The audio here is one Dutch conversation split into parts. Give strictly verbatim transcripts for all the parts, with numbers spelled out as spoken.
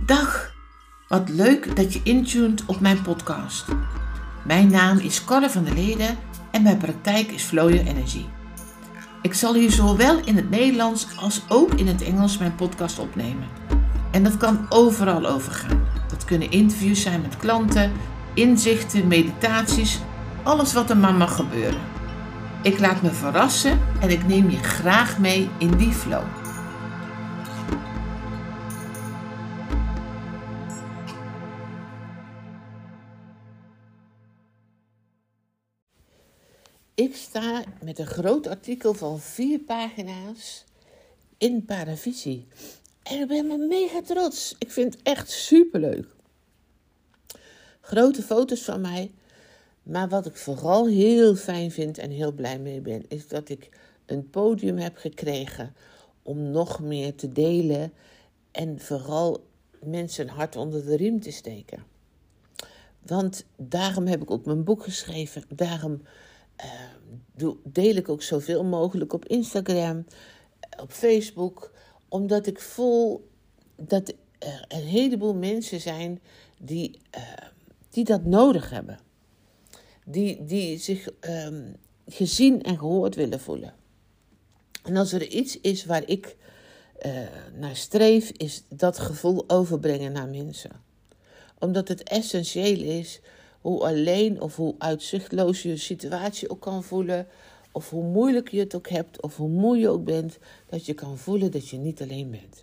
Dag, wat leuk dat je intuned op mijn podcast. Mijn naam is Corre van der Leden en mijn praktijk is Flow Your Energy. Ik zal hier zowel in het Nederlands als ook in het Engels mijn podcast opnemen. En dat kan overal over gaan. Dat kunnen interviews zijn met klanten, inzichten, meditaties, alles wat er maar mag gebeuren. Ik laat me verrassen en ik neem je graag mee in die flow. Ik sta met een groot artikel van vier pagina's in Paravisie. En ik ben me mega trots. Ik vind het echt superleuk. Grote foto's van mij. Maar wat ik vooral heel fijn vind en heel blij mee ben, is dat ik een podium heb gekregen om nog meer te delen en vooral mensen een hart onder de riem te steken. Want daarom heb ik ook mijn boek geschreven. Daarom uh, deel ik ook zoveel mogelijk op Instagram, op Facebook, omdat ik voel dat er een heleboel mensen zijn die, uh, die dat nodig hebben. Die, die zich um, gezien en gehoord willen voelen. En als er iets is waar ik uh, naar streef, is dat gevoel overbrengen naar mensen. Omdat het essentieel is hoe alleen of hoe uitzichtloos je situatie ook kan voelen, of hoe moeilijk je het ook hebt, of hoe moe je ook bent, dat je kan voelen dat je niet alleen bent.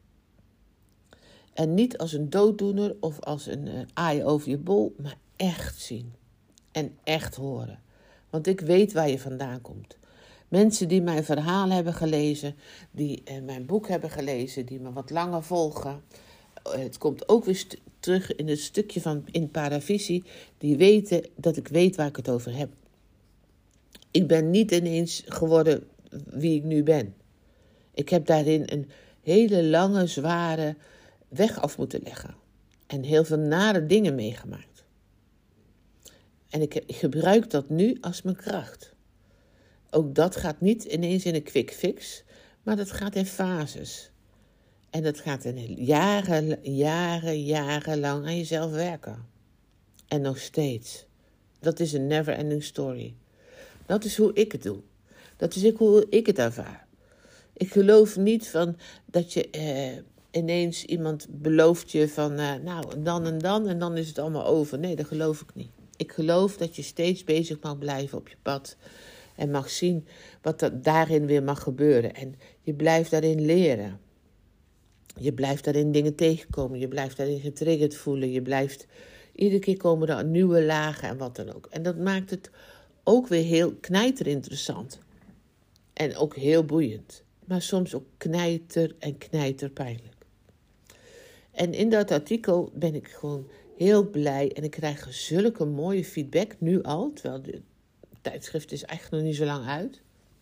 En niet als een dooddoener of als een uh, aai over je bol, maar echt zien. En echt horen. Want ik weet waar je vandaan komt. Mensen die mijn verhaal hebben gelezen, die uh, mijn boek hebben gelezen, die me wat langer volgen. Uh, het komt ook weer st- terug in het stukje van in Paravisie. Die weten dat ik weet waar ik het over heb. Ik ben niet ineens geworden wie ik nu ben. Ik heb daarin een hele lange, zware weg af moeten leggen. En heel veel nare dingen meegemaakt. En ik gebruik dat nu als mijn kracht. Ook dat gaat niet ineens in een quick fix, maar dat gaat in fases. En dat gaat in jaren, jaren, jarenlang aan jezelf werken. En nog steeds. Dat is een never ending story. Dat is hoe ik het doe. Dat is hoe ik het ervaar. Ik geloof niet van dat je eh, ineens iemand belooft je van eh, nou dan en dan en dan is het allemaal over. Nee, dat geloof ik niet. Ik geloof dat je steeds bezig mag blijven op je pad. En mag zien wat er daarin weer mag gebeuren. En je blijft daarin leren. Je blijft daarin dingen tegenkomen. Je blijft daarin getriggerd voelen. Je blijft, iedere keer komen er nieuwe lagen en wat dan ook. En dat maakt het ook weer heel knijter interessant. En ook heel boeiend. Maar soms ook knijter en knijter pijnlijk. En in dat artikel ben ik gewoon heel blij en ik krijg zulke mooie feedback nu al, terwijl de tijdschrift is echt nog niet zo lang uit.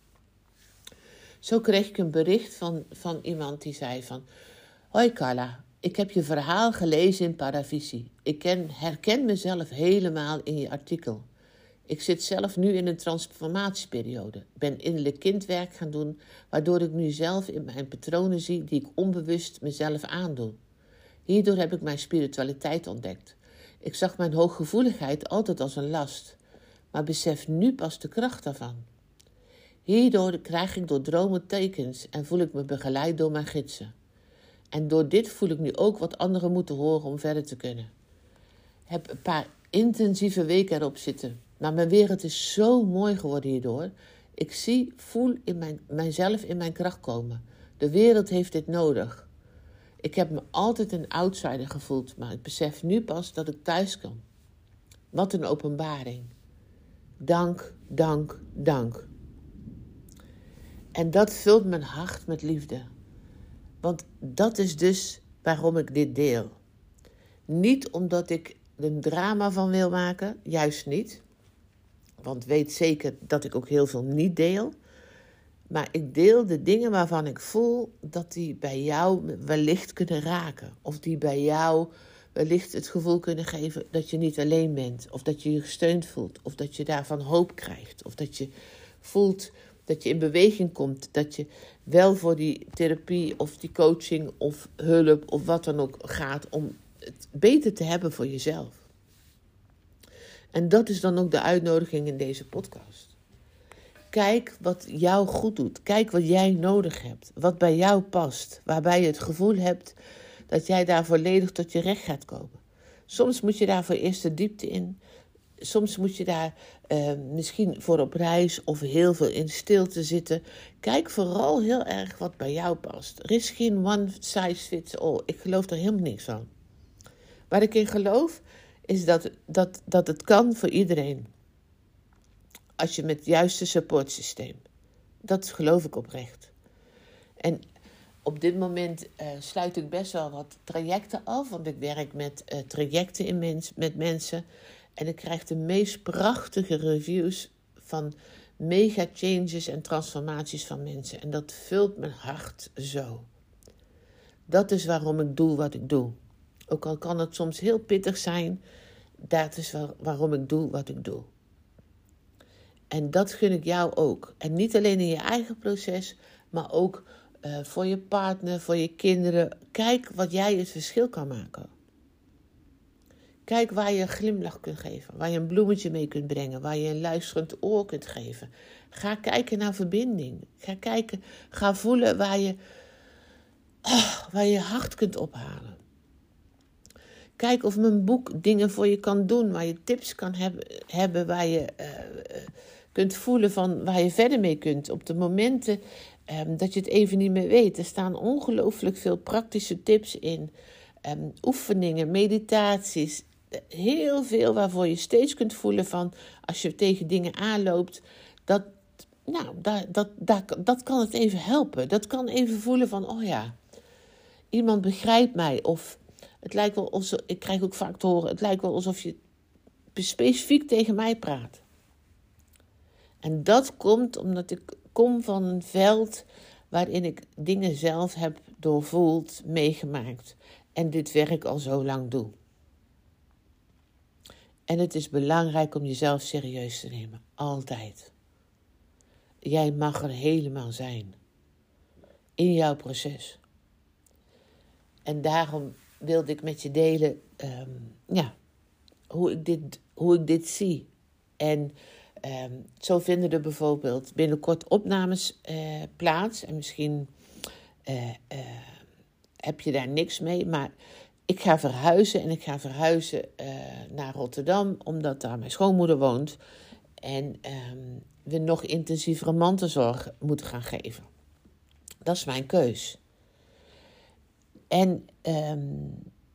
Zo kreeg ik een bericht van, van iemand die zei van, hoi Carla, ik heb je verhaal gelezen in Paravisie. Ik ken, herken mezelf helemaal in je artikel. Ik zit zelf nu in een transformatieperiode. Ik ben innerlijk kindwerk gaan doen, waardoor ik nu zelf in mijn patronen zie die ik onbewust mezelf aandoe. Hierdoor heb ik mijn spiritualiteit ontdekt. Ik zag mijn hooggevoeligheid altijd als een last, maar besef nu pas de kracht daarvan. Hierdoor krijg ik door dromen tekens en voel ik me begeleid door mijn gidsen. En door dit voel ik nu ook wat anderen moeten horen om verder te kunnen. Ik heb een paar intensieve weken erop zitten, maar mijn wereld is zo mooi geworden hierdoor. Ik zie, voel in mijn, mijzelf in mijn kracht komen. De wereld heeft dit nodig. Ik heb me altijd een outsider gevoeld, maar ik besef nu pas dat ik thuis kan. Wat een openbaring. Dank, dank, dank. En dat vult mijn hart met liefde. Want dat is dus waarom ik dit deel. Niet omdat ik er een drama van wil maken, juist niet. Want weet zeker dat ik ook heel veel niet deel. Maar ik deel de dingen waarvan ik voel dat die bij jou wellicht kunnen raken. Of die bij jou wellicht het gevoel kunnen geven dat je niet alleen bent. Of dat je je gesteund voelt. Of dat je daarvan hoop krijgt. Of dat je voelt dat je in beweging komt, dat je wel voor die therapie of die coaching of hulp of wat dan ook gaat om het beter te hebben voor jezelf. En dat is dan ook de uitnodiging in deze podcast. Kijk wat jou goed doet. Kijk wat jij nodig hebt. Wat bij jou past. Waarbij je het gevoel hebt dat jij daar volledig tot je recht gaat komen. Soms moet je daar voor eerst de diepte in. Soms moet je daar uh, misschien voor op reis of heel veel in stilte zitten. Kijk vooral heel erg wat bij jou past. Er is geen one size fits all. Ik geloof er helemaal niks van. Waar ik in geloof is dat, dat, dat het kan voor iedereen. Als je met het juiste supportsysteem. Dat geloof ik oprecht. En op dit moment uh, sluit ik best wel wat trajecten af. Want ik werk met uh, trajecten in mens, met mensen. En ik krijg de meest prachtige reviews van mega changes en transformaties van mensen. En dat vult mijn hart zo. Dat is waarom ik doe wat ik doe. Ook al kan het soms heel pittig zijn. Dat is waar, waarom ik doe wat ik doe. En dat gun ik jou ook. En niet alleen in je eigen proces, maar ook uh, voor je partner, voor je kinderen. Kijk wat jij het verschil kan maken. Kijk waar je een glimlach kunt geven, waar je een bloemetje mee kunt brengen, waar je een luisterend oor kunt geven. Ga kijken naar verbinding. Ga kijken, ga voelen waar je, oh, waar je je hart kunt ophalen. Kijk of mijn boek dingen voor je kan doen, waar je tips kan heb, hebben, waar je uh, kunt voelen van waar je verder mee kunt. Op de momenten um, dat je het even niet meer weet. Er staan ongelooflijk veel praktische tips in. Um, oefeningen, meditaties. Heel veel waarvoor je steeds kunt voelen van als je tegen dingen aanloopt. Dat, nou, dat, dat, dat, dat kan het even helpen. Dat kan even voelen van, oh ja, iemand begrijpt mij. Of het lijkt wel alsof, ik krijg ook vaak te horen, het lijkt wel alsof je specifiek tegen mij praat. En dat komt omdat ik kom van een veld waarin ik dingen zelf heb doorvoeld, meegemaakt. En dit werk al zo lang doe. En het is belangrijk om jezelf serieus te nemen. Altijd. Jij mag er helemaal zijn. In jouw proces. En daarom wilde ik met je delen um, ja, hoe, ik dit, hoe ik dit zie. En um, zo vinden er bijvoorbeeld binnenkort opnames uh, plaats. En misschien uh, uh, heb je daar niks mee. Maar ik ga verhuizen en ik ga verhuizen uh, naar Rotterdam. Omdat daar mijn schoonmoeder woont. En um, we nog intensievere mantelzorg moeten gaan geven. Dat is mijn keus. En um,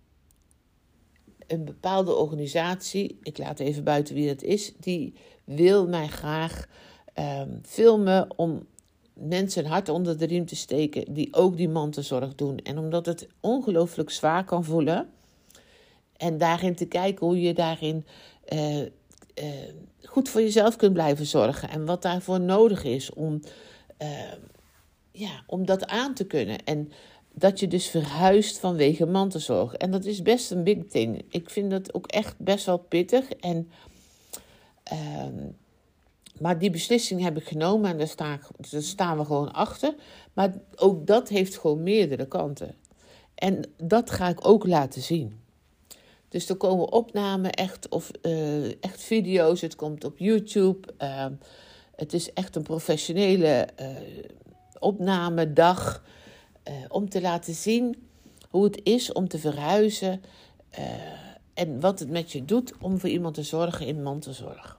een bepaalde organisatie, ik laat even buiten wie dat is, die wil mij graag um, filmen om mensen een hart onder de riem te steken die ook die mantelzorg doen. En omdat het ongelooflijk zwaar kan voelen en daarin te kijken hoe je daarin uh, uh, goed voor jezelf kunt blijven zorgen en wat daarvoor nodig is om, uh, ja, om dat aan te kunnen. En dat je dus verhuist vanwege mantelzorg. En dat is best een big thing. Ik vind dat ook echt best wel pittig. En, uh, maar die beslissing heb ik genomen en daar, sta ik, daar staan we gewoon achter. Maar ook dat heeft gewoon meerdere kanten. En dat ga ik ook laten zien. Dus er komen opnamen, echt, of, uh, echt video's. Het komt op YouTube. Uh, het is echt een professionele uh, opnamedag. Uh, om te laten zien hoe het is om te verhuizen. Uh, en wat het met je doet om voor iemand te zorgen in mantelzorg.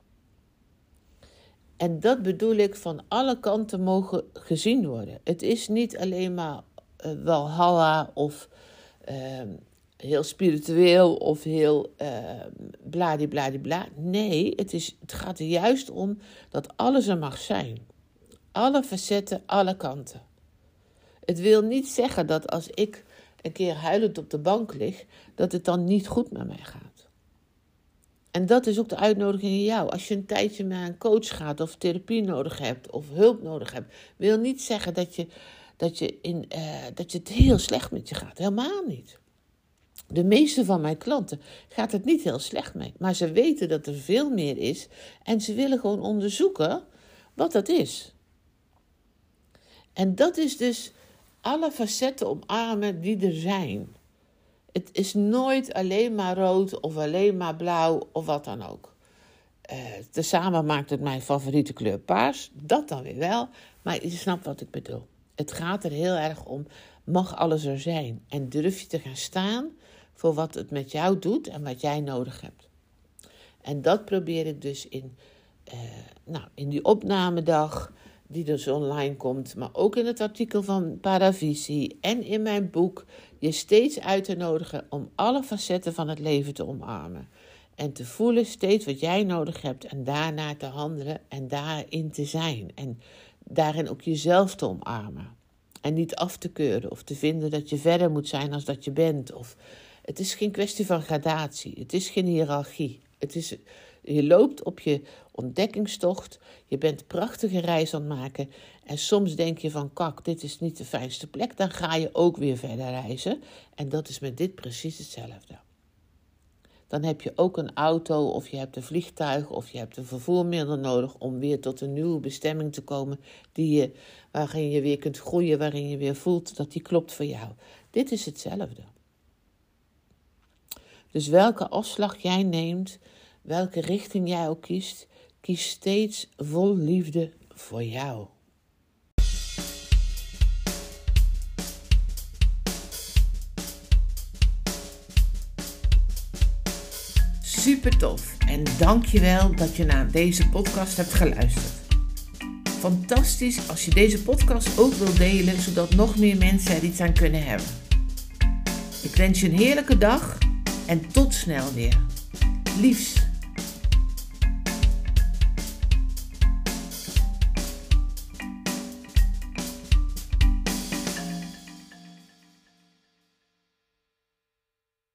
En dat bedoel ik van alle kanten mogen gezien worden. Het is niet alleen maar uh, walhalla of uh, heel spiritueel of heel uh, bladibladibla. Nee, het, is, het gaat er juist om dat alles er mag zijn. Alle facetten, alle kanten. Het wil niet zeggen dat als ik een keer huilend op de bank lig, dat het dan niet goed met mij gaat. En dat is ook de uitnodiging in jou. Als je een tijdje naar een coach gaat of therapie nodig hebt of hulp nodig hebt, wil niet zeggen dat, je, dat, je in, uh, dat je het heel slecht met je gaat. Helemaal niet. De meeste van mijn klanten gaat het niet heel slecht mee. Maar ze weten dat er veel meer is en ze willen gewoon onderzoeken wat dat is. En dat is dus alle facetten omarmen die er zijn. Het is nooit alleen maar rood of alleen maar blauw of wat dan ook. Uh, tezamen maakt het mijn favoriete kleur paars. Dat dan weer wel, maar je snapt wat ik bedoel. Het gaat er heel erg om, mag alles er zijn? En durf je te gaan staan voor wat het met jou doet en wat jij nodig hebt. En dat probeer ik dus in, uh, nou, in die opnamedag die dus online komt, maar ook in het artikel van Paravisie en in mijn boek, je steeds uit te nodigen om alle facetten van het leven te omarmen. En te voelen steeds wat jij nodig hebt en daarna te handelen en daarin te zijn. En daarin ook jezelf te omarmen. En niet af te keuren of te vinden dat je verder moet zijn als dat je bent. Of, het is geen kwestie van gradatie, het is geen hiërarchie. Het is, je loopt op je ontdekkingstocht, je bent een prachtige reis aan het maken. En soms denk je van, kak, dit is niet de fijnste plek. Dan ga je ook weer verder reizen. En dat is met dit precies hetzelfde. Dan heb je ook een auto of je hebt een vliegtuig of je hebt een vervoermiddel nodig om weer tot een nieuwe bestemming te komen die je, waarin je weer kunt groeien, waarin je weer voelt dat die klopt voor jou. Dit is hetzelfde. Dus welke afslag jij neemt, welke richting jij ook kiest, kies steeds vol liefde voor jou. Super tof en dankjewel dat je naar deze podcast hebt geluisterd. Fantastisch als je deze podcast ook wilt delen, zodat nog meer mensen er iets aan kunnen hebben. Ik wens je een heerlijke dag en tot snel weer. Liefs.